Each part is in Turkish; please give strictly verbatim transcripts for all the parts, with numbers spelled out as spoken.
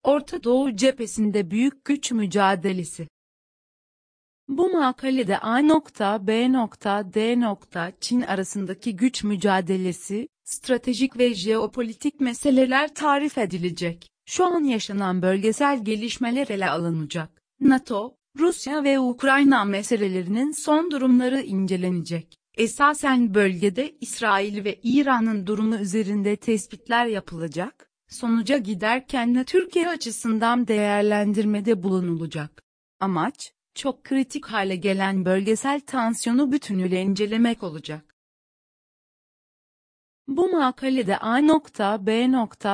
Orta Doğu cephesinde büyük güç mücadelesi. Bu makalede A. B. D. Çin arasındaki güç mücadelesi, stratejik ve jeopolitik meseleler tarif edilecek. Şu an yaşanan bölgesel gelişmeler ele alınacak. NATO, Rusya ve Ukrayna meselelerinin son durumları incelenecek. Esasen bölgede İsrail ve İran'ın durumu üzerinde tespitler yapılacak. Sonuca giderken de Türkiye açısından değerlendirmede bulunulacak. Amaç, çok kritik hale gelen bölgesel tansiyonu bütünüyle incelemek olacak. Bu makalede A. B.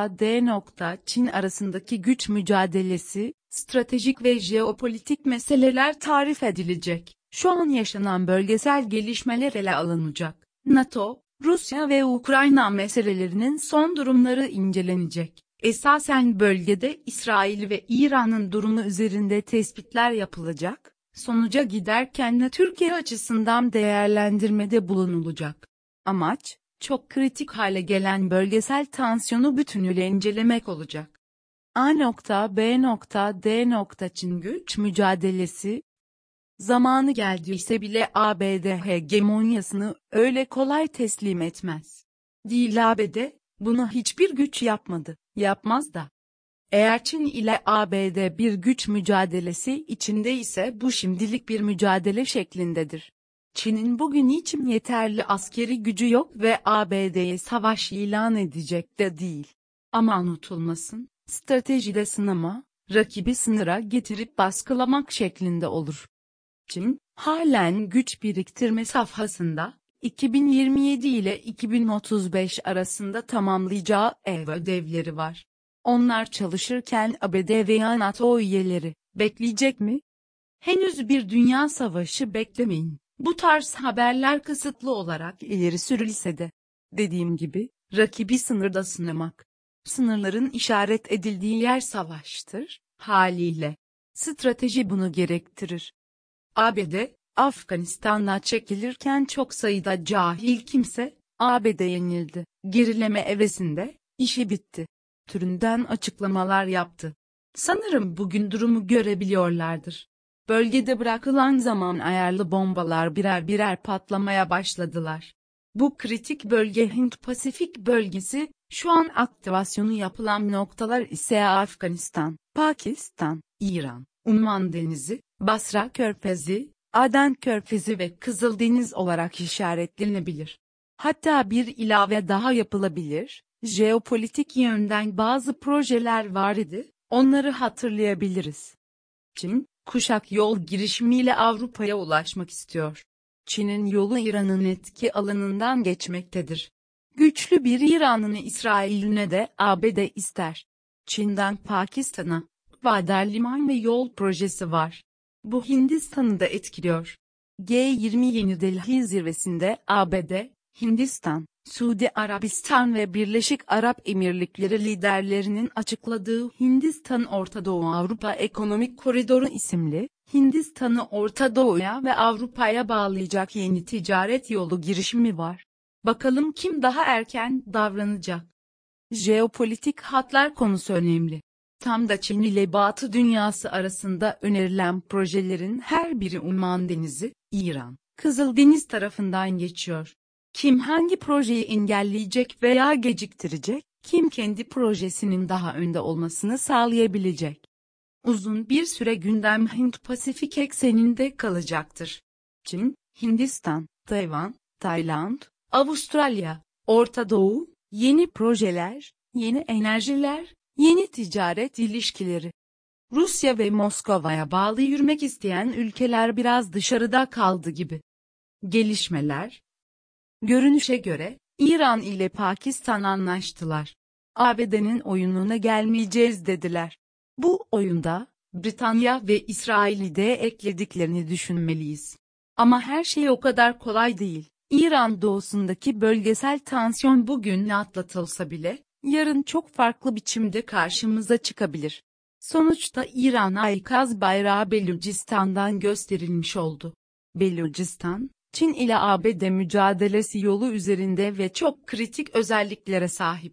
D. Çin arasındaki güç mücadelesi, stratejik ve jeopolitik meseleler tarif edilecek. Şu an yaşanan bölgesel gelişmeler ele alınacak. NATO, Rusya ve Ukrayna meselelerinin son durumları incelenecek. Esasen bölgede İsrail ve İran'ın durumu üzerinde tespitler yapılacak. Sonuca giderken de Türkiye açısından değerlendirmede bulunulacak. Amaç, çok kritik hale gelen bölgesel tansiyonu bütünüyle incelemek olacak. A. B. D. Çin güç mücadelesi. Zamanı geldiyse bile A B D hegemonyasını öyle kolay teslim etmez. Değil A B D, bunu hiçbir güç yapmadı, yapmaz da. Eğer Çin ile A B D bir güç mücadelesi içinde ise bu şimdilik bir mücadele şeklindedir. Çin'in bugün için yeterli askeri gücü yok ve A B D'ye savaş ilan edecek de değil. Ama unutulmasın, stratejide sınama, rakibi sınıra getirip baskılamak şeklinde olur. Çin, halen güç biriktirme safhasında, iki bin yirmi yedi ile iki bin otuz beş arasında tamamlayacağı ev ödevleri var. Onlar çalışırken A B D veya NATO üyeleri, bekleyecek mi? Henüz bir dünya savaşı beklemeyin. Bu tarz haberler kısıtlı olarak ileri sürülse de. Dediğim gibi, rakibi sınırda sınamak. Sınırların işaret edildiği yer savaştır, haliyle. Strateji bunu gerektirir. A B D, Afganistan'dan çekilirken çok sayıda cahil kimse, A B D yenildi, gerileme evresinde, işi bitti türünden açıklamalar yaptı. Sanırım bugün durumu görebiliyorlardır. Bölgede bırakılan zaman ayarlı bombalar birer birer patlamaya başladılar. Bu kritik bölge Hint-Pasifik bölgesi, şu an aktivasyonu yapılan noktalar ise Afganistan, Pakistan, İran, Umman Denizi, Basra Körfezi, Aden Körfezi ve Kızıldeniz olarak işaretlenebilir. Hatta bir ilave daha yapılabilir, jeopolitik yönden bazı projeler var idi, onları hatırlayabiliriz. Çin, Kuşak Yol girişimiyle Avrupa'ya ulaşmak istiyor. Çin'in yolu İran'ın etki alanından geçmektedir. Güçlü bir İran'ın İsrail'ine de A B D ister. Çin'den Pakistan'a, Gwadar liman ve yol projesi var. Bu Hindistan'ı da etkiliyor. G yirmi Yeni Delhi zirvesinde A B D, Hindistan, Suudi Arabistan ve Birleşik Arap Emirlikleri liderlerinin açıkladığı Hindistan Orta Doğu Avrupa Ekonomik Koridoru isimli, Hindistan'ı Orta Doğu'ya ve Avrupa'ya bağlayacak yeni ticaret yolu girişimi var. Bakalım kim daha erken davranacak? Jeopolitik hatlar konusu önemli. Tam da Çin ile Batı dünyası arasında önerilen projelerin her biri Umman Denizi, İran, Kızıldeniz tarafından geçiyor. Kim hangi projeyi engelleyecek veya geciktirecek, kim kendi projesinin daha önde olmasını sağlayabilecek. Uzun bir süre gündem Hint-Pasifik ekseninde kalacaktır. Çin, Hindistan, Tayvan, Tayland, Avustralya, Orta Doğu, yeni projeler, yeni enerjiler, yeni ticaret ilişkileri. Rusya ve Moskova'ya bağlı yürümek isteyen ülkeler biraz dışarıda kaldı gibi. Gelişmeler. Görünüşe göre, İran ile Pakistan anlaştılar. A B D'nin oyununa gelmeyeceğiz dediler. Bu oyunda, Britanya ve İsrail'i de eklediklerini düşünmeliyiz. Ama her şey o kadar kolay değil. İran doğusundaki bölgesel tansiyon bugün atlatılsa bile, yarın çok farklı biçimde karşımıza çıkabilir. Sonuçta İran ikaz bayrağı Belucistan'dan gösterilmiş oldu. Belucistan, Çin ile A B D mücadelesi yolu üzerinde ve çok kritik özelliklere sahip.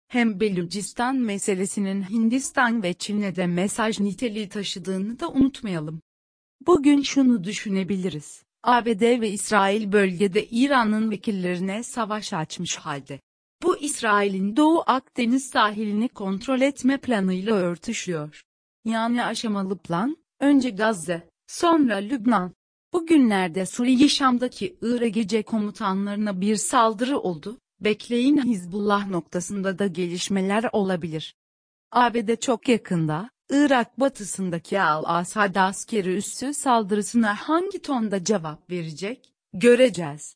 Hem Belucistan meselesinin Hindistan ve Çin'e de mesaj niteliği taşıdığını da unutmayalım. Bugün şunu düşünebiliriz: A B D ve İsrail bölgede İran'ın vekillerine savaş açmış halde. Bu İsrail'in Doğu Akdeniz sahilini kontrol etme planıyla örtüşüyor. Yani aşamalı plan, önce Gazze, sonra Lübnan. Bugünlerde Suriye Şam'daki İRA gece komutanlarına bir saldırı oldu. Bekleyin, Hizbullah noktasında da gelişmeler olabilir. A B D çok yakında, Irak batısındaki Al-Asad askeri üssü saldırısına hangi tonda cevap verecek, göreceğiz.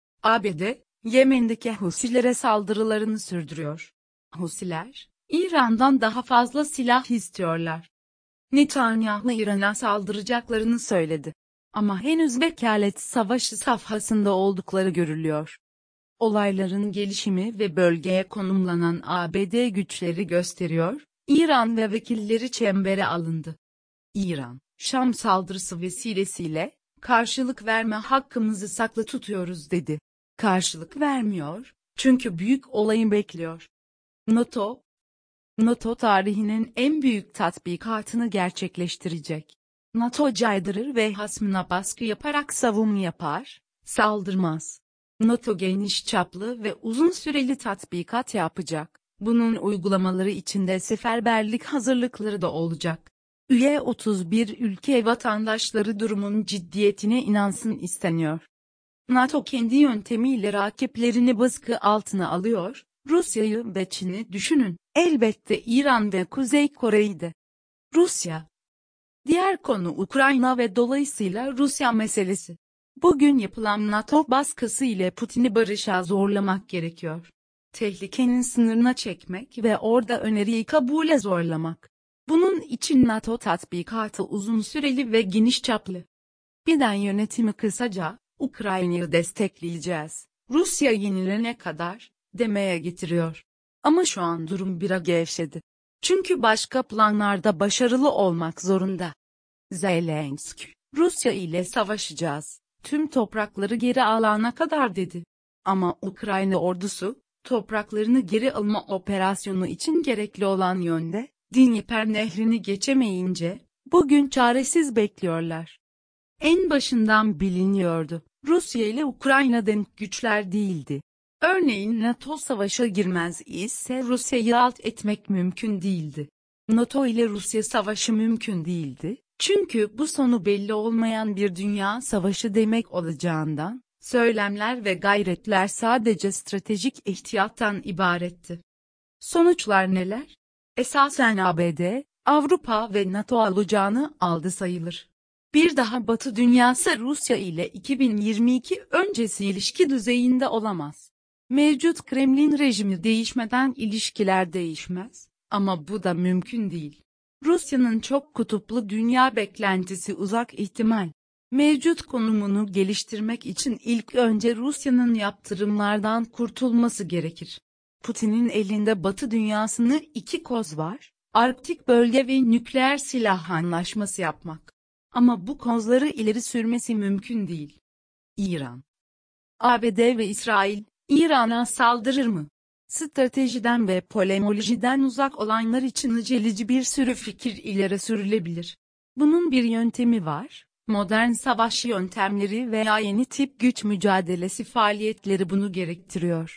A B D, Yemen'deki Husilere saldırılarını sürdürüyor. Husiler, İran'dan daha fazla silah istiyorlar. Netanyahu İran'a saldıracaklarını söyledi. Ama henüz vekalet savaşı safhasında oldukları görülüyor. Olayların gelişimi ve bölgeye konumlanan A B D güçleri gösteriyor, İran ve vekilleri çembere alındı. İran, Şam saldırısı vesilesiyle, karşılık verme hakkımızı saklı tutuyoruz dedi. Karşılık vermiyor, çünkü büyük olayı bekliyor. NATO, NATO tarihinin en büyük tatbikatını gerçekleştirecek. NATO caydırır ve hasmına baskı yaparak savunma yapar, saldırmaz. NATO geniş çaplı ve uzun süreli tatbikat yapacak. Bunun uygulamaları içinde seferberlik hazırlıkları da olacak. Üye otuz bir ülke vatandaşları durumun ciddiyetine inansın isteniyor. NATO kendi yöntemiyle rakiplerini baskı altına alıyor, Rusya'yı ve Çin'i düşünün, elbette İran ve Kuzey Kore'yi de. Rusya. Diğer konu Ukrayna ve dolayısıyla Rusya meselesi. Bugün yapılan NATO baskısı ile Putin'i barışa zorlamak gerekiyor. Tehlikenin sınırına çekmek ve orada öneriyi kabule zorlamak. Bunun için NATO tatbikatı uzun süreli ve geniş çaplı. Biden yönetimi kısaca, Ukrayna'yı destekleyeceğiz, Rusya yenilene kadar, demeye getiriyor. Ama şu an durum biraz gevşedi. Çünkü başka planlarda başarılı olmak zorunda. Zelenski, Rusya ile savaşacağız, tüm toprakları geri alana kadar dedi. Ama Ukrayna ordusu, topraklarını geri alma operasyonu için gerekli olan yönde, Dnipro nehrini geçemeyince, bugün çaresiz bekliyorlar. En başından biliniyordu, Rusya ile Ukrayna denk güçler değildi. Örneğin NATO savaşa girmez ise Rusya'yı alt etmek mümkün değildi. NATO ile Rusya savaşı mümkün değildi, çünkü bu sonu belli olmayan bir dünya savaşı demek olacağından, söylemler ve gayretler sadece stratejik ihtiyattan ibaretti. Sonuçlar neler? Esasen A B D, Avrupa ve NATO alacağını aldı sayılır. Bir daha Batı dünyası Rusya ile iki bin yirmi iki öncesi ilişki düzeyinde olamaz. Mevcut Kremlin rejimi değişmeden ilişkiler değişmez, ama bu da mümkün değil. Rusya'nın çok kutuplu dünya beklentisi uzak ihtimal. Mevcut konumunu geliştirmek için ilk önce Rusya'nın yaptırımlardan kurtulması gerekir. Putin'in elinde Batı dünyasını iki koz var, Arktik bölge ve nükleer silah anlaşması yapmak. Ama bu kozları ileri sürmesi mümkün değil. İran, A B D ve İsrail, İran'a saldırır mı? Stratejiden ve polemolojiden uzak olanlar için aceleci bir sürü fikir ileri sürülebilir. Bunun bir yöntemi var, modern savaş yöntemleri veya yeni tip güç mücadelesi faaliyetleri bunu gerektiriyor.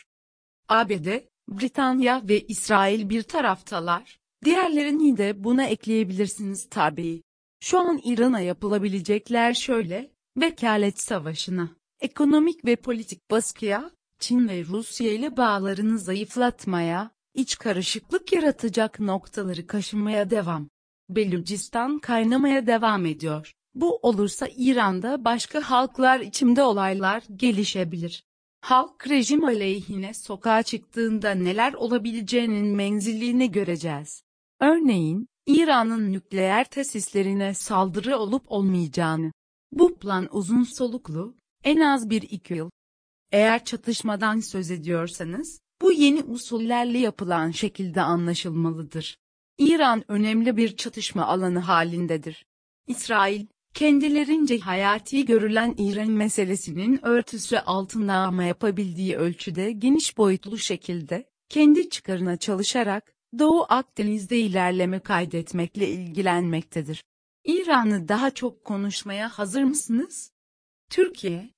A B D, Britanya ve İsrail bir taraftalar, diğerlerini de buna ekleyebilirsiniz tabii. Şu an İran'a yapılabilecekler şöyle: vekalet savaşına, ekonomik ve politik baskıya, Çin ve Rusya ile bağlarını zayıflatmaya, iç karışıklık yaratacak noktaları kaşımaya devam. Belucistan kaynamaya devam ediyor. Bu olursa İran'da başka halklar içinde olaylar gelişebilir. Halk rejim aleyhine sokağa çıktığında neler olabileceğinin menzilini göreceğiz. Örneğin, İran'ın nükleer tesislerine saldırı olup olmayacağını. Bu plan uzun soluklu, en az bir iki yıl. Eğer çatışmadan söz ediyorsanız, bu yeni usullerle yapılan şekilde anlaşılmalıdır. İran önemli bir çatışma alanı halindedir. İsrail, kendilerince hayati görülen İran meselesinin örtüsü altında ama yapabildiği ölçüde geniş boyutlu şekilde, kendi çıkarına çalışarak, Doğu Akdeniz'de ilerleme kaydetmekle ilgilenmektedir. İran'ı daha çok konuşmaya hazır mısınız? Türkiye,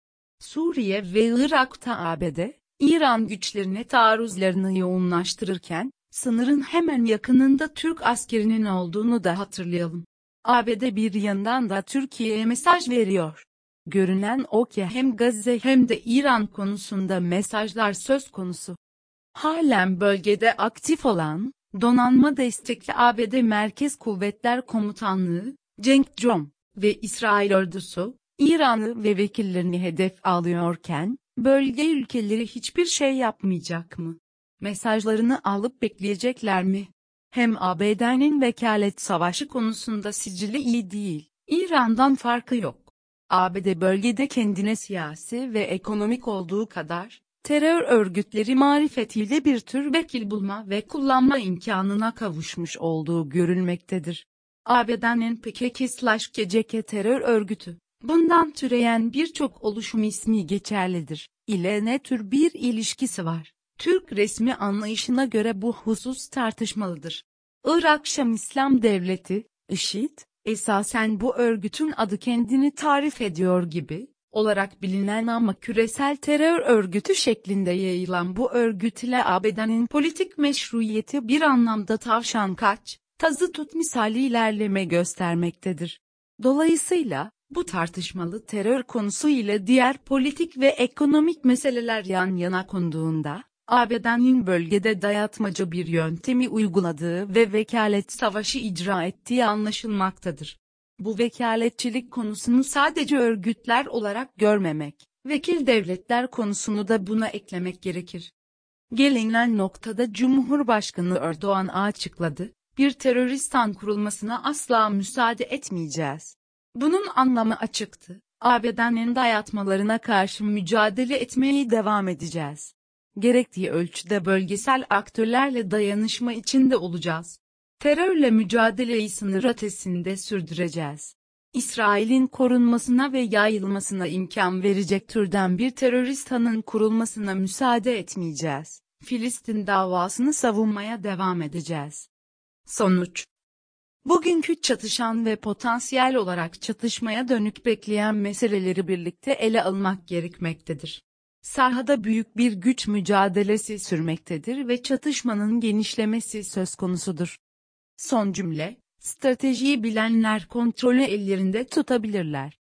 Suriye ve Irak'ta A B D, İran güçlerine taarruzlarını yoğunlaştırırken, sınırın hemen yakınında Türk askerinin olduğunu da hatırlayalım. A B D bir yandan da Türkiye'ye mesaj veriyor. Görünen o ki hem Gazze hem de İran konusunda mesajlar söz konusu. Halen bölgede aktif olan, donanma destekli A B D Merkez Kuvvetler Komutanlığı, CENTCOM ve İsrail ordusu, İran'ı ve vekillerini hedef alıyorken, bölge ülkeleri hiçbir şey yapmayacak mı? Mesajlarını alıp bekleyecekler mi? Hem A B D'nin vekalet savaşı konusunda sicili iyi değil, İran'dan farkı yok. A B D bölgede kendine siyasi ve ekonomik olduğu kadar, terör örgütleri marifetiyle bir tür vekil bulma ve kullanma imkanına kavuşmuş olduğu görülmektedir. A B D'nin P K K/K C K terör örgütü, bundan türeyen birçok oluşum ismi geçerlidir, ile ne tür bir ilişkisi var? Türk resmi anlayışına göre bu husus tartışmalıdır. Irak Şam İslam Devleti, IŞİD, esasen bu örgütün adı kendini tarif ediyor gibi, olarak bilinen ama küresel terör örgütü şeklinde yayılan bu örgüt ile A B D'nin politik meşruiyeti bir anlamda tavşan kaç, tazı tut misali ilerleme göstermektedir. Dolayısıyla, bu tartışmalı terör konusu ile diğer politik ve ekonomik meseleler yan yana konduğunda, A B D'nin bölgede dayatmacı bir yöntemi uyguladığı ve vekalet savaşı icra ettiği anlaşılmaktadır. Bu vekaletçilik konusunu sadece örgütler olarak görmemek, vekil devletler konusunu da buna eklemek gerekir. Gelinen noktada Cumhurbaşkanı Erdoğan açıkladı, bir teröristan kurulmasına asla müsaade etmeyeceğiz. Bunun anlamı açıktı, A B D'nin dayatmalarına karşı mücadele etmeye devam edeceğiz. Gerektiği ölçüde bölgesel aktörlerle dayanışma içinde olacağız. Terörle mücadeleyi sınır ötesinde sürdüreceğiz. İsrail'in korunmasına ve yayılmasına imkan verecek türden bir teröristanın kurulmasına müsaade etmeyeceğiz. Filistin davasını savunmaya devam edeceğiz. Sonuç: bugünkü çatışan ve potansiyel olarak çatışmaya dönük bekleyen meseleleri birlikte ele almak gerekmektedir. Sahada büyük bir güç mücadelesi sürmektedir ve çatışmanın genişlemesi söz konusudur. Son cümle, stratejiyi bilenler kontrolü ellerinde tutabilirler.